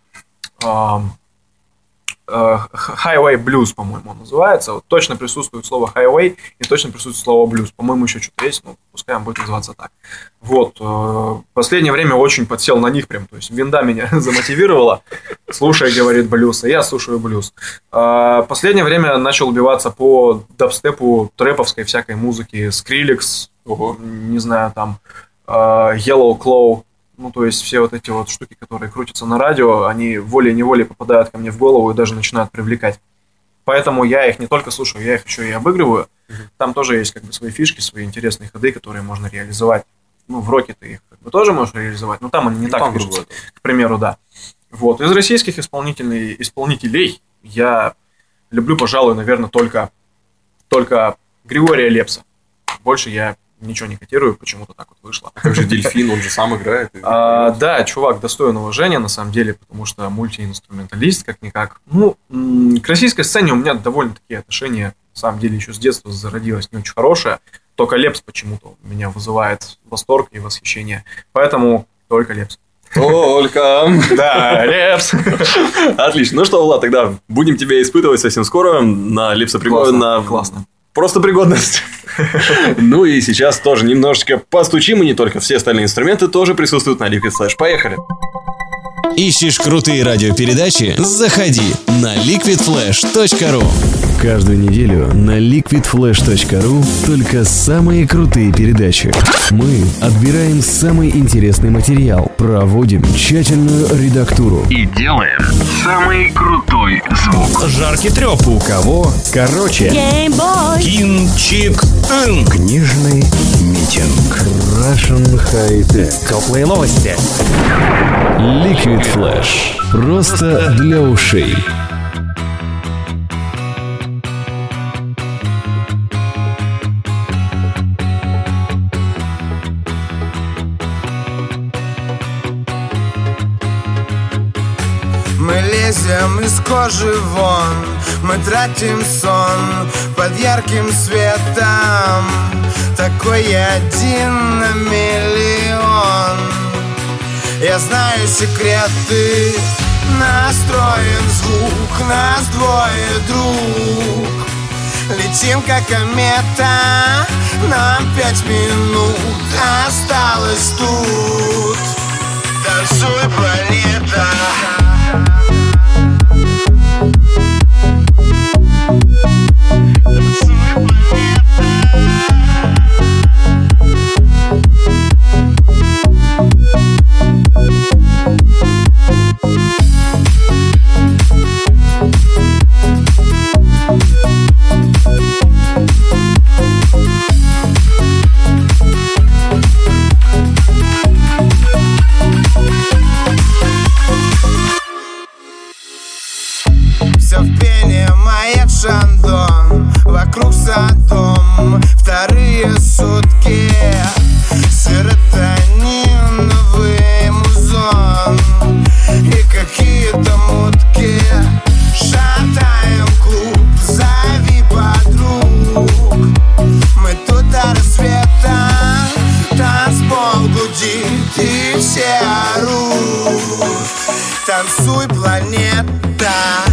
S5: Highway Blues, по-моему, он называется. Вот точно присутствует слово Highway и точно присутствует слово Blues. По-моему, еще что-то есть, но пускай он будет называться так. Вот. В последнее время очень подсел на них прям. То есть винда меня замотивировала. Слушай, говорит, блюз, а я слушаю блюз. В последнее время начал убиваться по дабстепу, трэповской всякой музыки. Skrillex, не знаю, там Yellow Claw. Ну, то есть, все вот эти вот штуки, которые крутятся на радио, они волей-неволей попадают ко мне в голову и даже начинают привлекать. Поэтому я их не только слушаю, я их еще и обыгрываю. Там тоже есть как бы свои фишки, свои интересные ходы, которые можно реализовать. Ну, в роке ты их как бы тоже можешь реализовать, но там они не так пишутся, к примеру, да. Вот. Из российских исполнителей я люблю, пожалуй, наверное, только Григория Лепса. Больше я ничего не котирую, почему-то так вот вышло.
S8: А как же Дельфин, он же сам играет.
S5: Да, чувак достоин уважения, на самом деле, потому что мультиинструменталист, как-никак. Ну, к российской сцене у меня довольно-таки отношения, на самом деле, еще с детства зародилось не очень хорошее. Только Лепс почему-то меня вызывает восторг и восхищение. Поэтому только Лепс.
S8: Только.
S5: Да, Лепс.
S8: Отлично. Ну что, Влад, тогда будем тебя испытывать совсем скоро на лепсопригодность.
S5: Классно.
S8: Просто пригодность. Ну и сейчас тоже немножечко постучим, и не только. Все остальные инструменты тоже присутствуют на Liquid Flash. Поехали.
S3: Ищешь крутые радиопередачи? Заходи на liquidflash.ru. Каждую неделю на liquidflash.ru только самые крутые передачи. Мы отбираем самый интересный материал, проводим тщательную редактуру
S9: и делаем самый крутой звук.
S3: Жаркий трёп. У кого? Короче. Кинчик. Книжный митинг. Russian High-Tech.
S9: Теплые новости.
S3: Liquid Flash. Просто для ушей.
S10: Мы лезем из кожи вон, мы тратим сон под ярким светом. Такой один на миллион. Я знаю секреты, настроен звук, нас двое, друг. Летим как комета, нам 5 минут осталось тут. Танцуй, планета. Все в пене, мает Шандон. Вокруг садом, вторые сутки. Серотониновый музон и какие-то мутки. Шатаем клуб, зови подруг. Мы тут до рассвета. Танцпол гудит и все все орут. Танцуй, планета.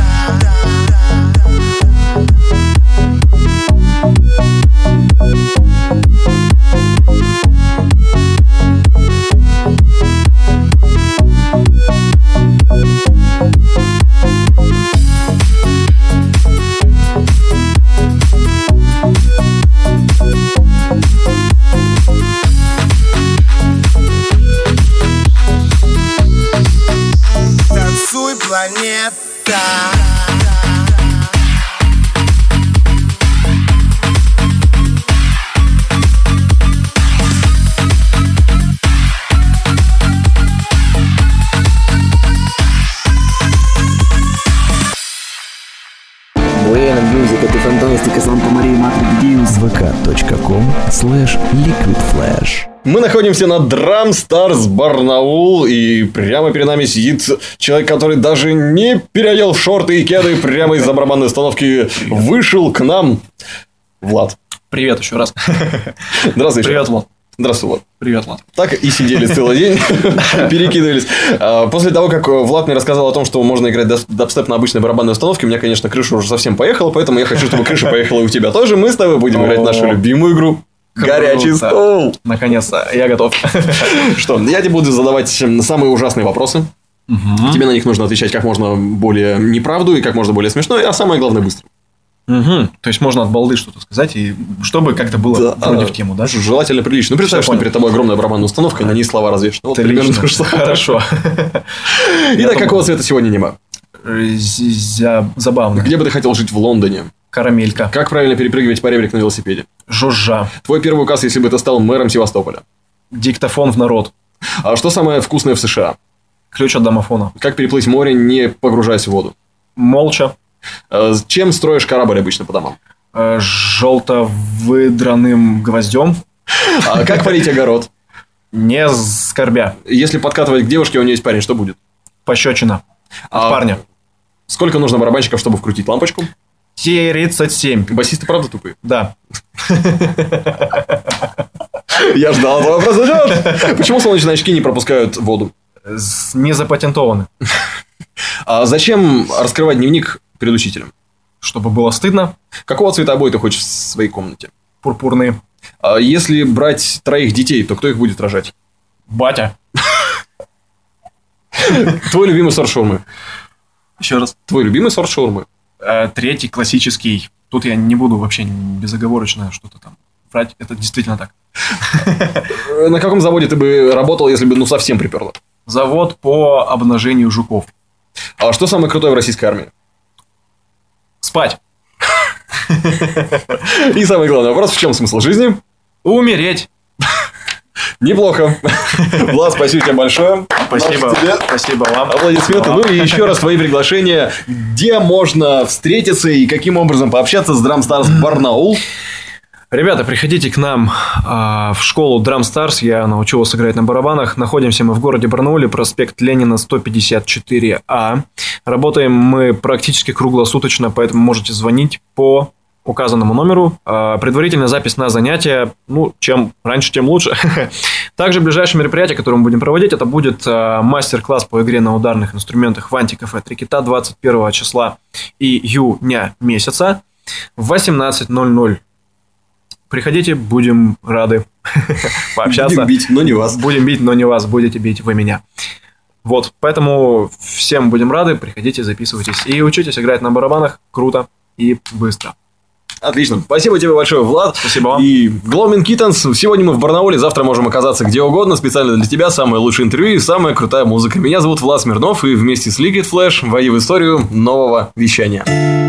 S10: Танцуй, планета.
S7: Буэна Мьюзик, это фантастика, Санта-Мария, Матрик Дьюс.
S3: vk.com/liquidflash.
S4: Мы находимся на Drum Stars Барнаул, и прямо перед нами сидит человек, который даже не переодел в шорты и кеды, прямо из-за барабанной установки вышел к нам. Влад.
S5: Привет еще раз.
S4: Здравствуй.
S5: Привет, Влад.
S4: Здравствуй, Влад.
S5: Привет, Влад.
S4: Так и сидели целый день, перекидывались. После того, как Влад мне рассказал о том, что можно играть дабстеп на обычной барабанной установке, у меня, конечно, крыша уже совсем поехала, поэтому я хочу, чтобы крыша поехала и у тебя тоже. Мы с тобой будем играть нашу любимую игру. Горячий стол.
S5: Наконец-то, я готов.
S4: Что, я тебе буду задавать самые ужасные вопросы. Тебе на них нужно отвечать как можно более неправду и как можно более смешно, а самое главное быстро.
S5: То есть можно от балды что-то сказать, и чтобы как-то было вроде в тему, да?
S4: Желательно прилично. Ну, представь, что перед тобой огромная барабанная установка, и на ней слова развешаны. Вот примерно то же самое.
S5: Хорошо.
S4: Итак, какого цвета сегодня небо?
S5: Забавно.
S4: Где бы ты хотел жить в Лондоне?
S5: Карамелька.
S4: Как правильно перепрыгивать по ребрику на велосипеде?
S5: Жужжа.
S4: Твой первый указ, если бы ты стал мэром Севастополя?
S5: Диктофон в народ.
S4: А что самое вкусное в США?
S5: Ключ от домофона.
S4: Как переплыть море, не погружаясь в воду?
S5: Молча.
S4: Чем строишь корабль обычно по домам?
S5: Желто-выдранным гвоздем.
S4: А как полить огород?
S5: Не скорбя.
S4: Если подкатывать к девушке, у нее есть парень, что будет?
S5: Пощечина. От парня.
S4: Сколько нужно барабанщиков, чтобы вкрутить лампочку?
S5: 37.
S4: Басисты правда тупые?
S5: Да.
S4: Я ждал этого вопроса. Почему солнечные очки не пропускают воду?
S5: Не запатентованы.
S4: А зачем раскрывать дневник перед учителем?
S5: Чтобы было стыдно.
S4: Какого цвета обои ты хочешь в своей комнате?
S5: Пурпурные.
S4: А если брать 3 детей, то кто их будет рожать?
S5: Батя.
S4: Твой любимый сорт шаурмы?
S5: Еще раз.
S4: Твой любимый сорт шаурмы?
S5: 3-й, классический. Тут я не буду вообще безоговорочно что-то там врать. Это действительно так.
S4: На каком заводе ты бы работал, если бы совсем приперло?
S5: Завод по обнажению жуков.
S4: А что самое крутое в российской армии?
S5: Спать.
S4: И самый главный вопрос: в чем смысл жизни?
S5: Умереть.
S4: Неплохо. Влад, спасибо тебе большое.
S5: Спасибо. Спасибо вам.
S4: Аплодисменты. Ну и еще раз твои приглашения. Где можно встретиться и каким образом пообщаться с Drum Stars Барнаул?
S5: Ребята, приходите к нам в школу Drum Stars. Я научу вас играть на барабанах. Находимся мы в городе Барнауле, проспект Ленина, 154А. Работаем мы практически круглосуточно, поэтому можете звонить по указанному номеру. Предварительная запись на занятия. Чем раньше, тем лучше. Также ближайшее мероприятие, которое мы будем проводить, это будет мастер-класс по игре на ударных инструментах в Антикафе Три Кита 21 числа июня месяца в 18:00. Приходите, будем рады пообщаться.
S4: Будем бить, но не вас.
S5: Будем бить, но не вас. Будете бить вы меня. Вот, поэтому всем будем рады. Приходите, записывайтесь и учитесь играть на барабанах круто и быстро.
S4: Отлично. Спасибо тебе большое, Влад.
S5: Спасибо вам.
S4: И Gloaming Kittens. Сегодня мы в Барнауле, завтра можем оказаться где угодно. Специально для тебя самое лучшее интервью и самая крутая музыка. Меня зовут Влад Смирнов, и вместе с Liquid Flash войди в историю нового вещания.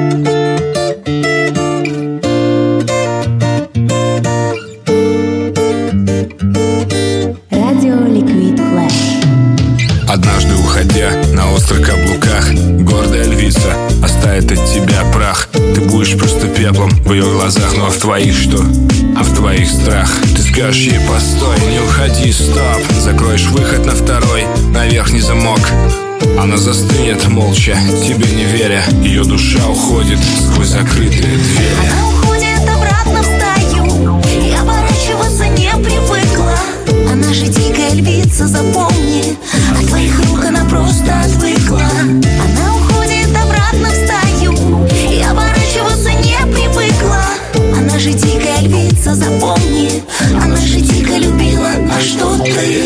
S6: Радио Liquid Flash.
S11: Однажды уходя на острых каблуках, гордая львица оставит от тебя прах. Ты будешь просто пеплом в ее глазах. Ну а в твоих что? А в твоих страх. Ты скажешь ей: постой, не уходи, стоп. Закроешь выход на второй, на верхний замок. Она застынет молча, тебе не веря. Ее душа уходит сквозь закрытые двери.
S12: Она уходит обратно в стаю, и оборачиваться не привыкла. Она же
S6: дикая львица, запомни. От твоих рук она просто отвыкла. Она уходит обратно в стаю и оборачиваться не привыкла. Она же дикая львица, запомни. Она же дико любила, а что ты?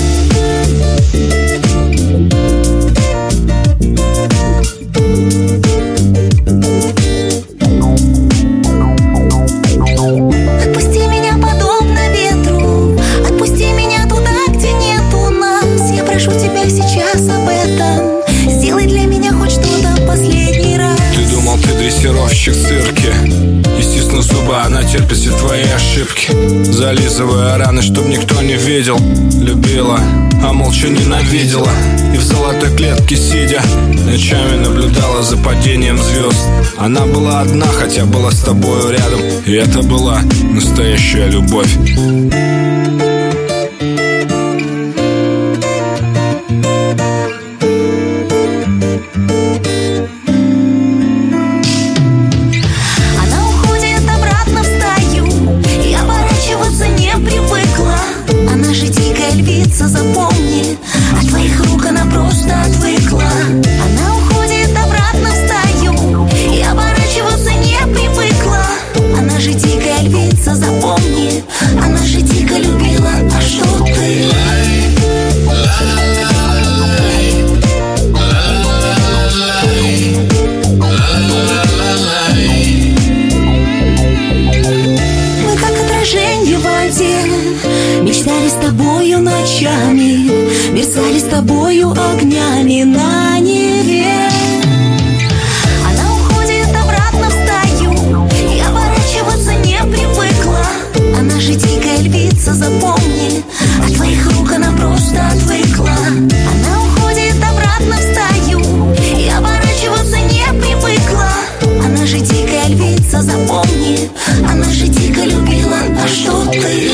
S6: Отпусти меня подобно ветру, отпусти меня туда, где нету нас. Я прошу тебя сейчас об этом, сделай для меня хоть что-то последний раз.
S11: Ты думал, ты дрессировщик в цирке, и стиснув зубы, она терпит все твои ошибки, зализывая раны, чтоб никто не видел. Любила, а молча ненавидела, и в золотой клетке сидя ночами наблюдала за падением звезд. Она была одна, хотя была с тобою рядом, и это была настоящая любовь.
S6: Запомни, от твоих рук она просто отвыкла. Она уходит обратно в стаю и оборачиваться не привыкла. Она же дикая львица, запомни. Она же дико любила, а что ты? Мы как отражение в воде, мечтали с тобою ночами, мерцали с тобою огнями на Неве. Она уходит обратно в стаю и оборачиваться не привыкла. Она же дикая львица, запомни. От твоих рук она просто отвыкла. Она уходит обратно в стаю и оборачиваться не привыкла. Она же дикая львица, запомни. Она же дико любила, а что ты?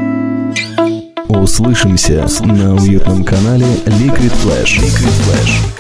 S3: Услышимся на уютном канале Liquid Flash.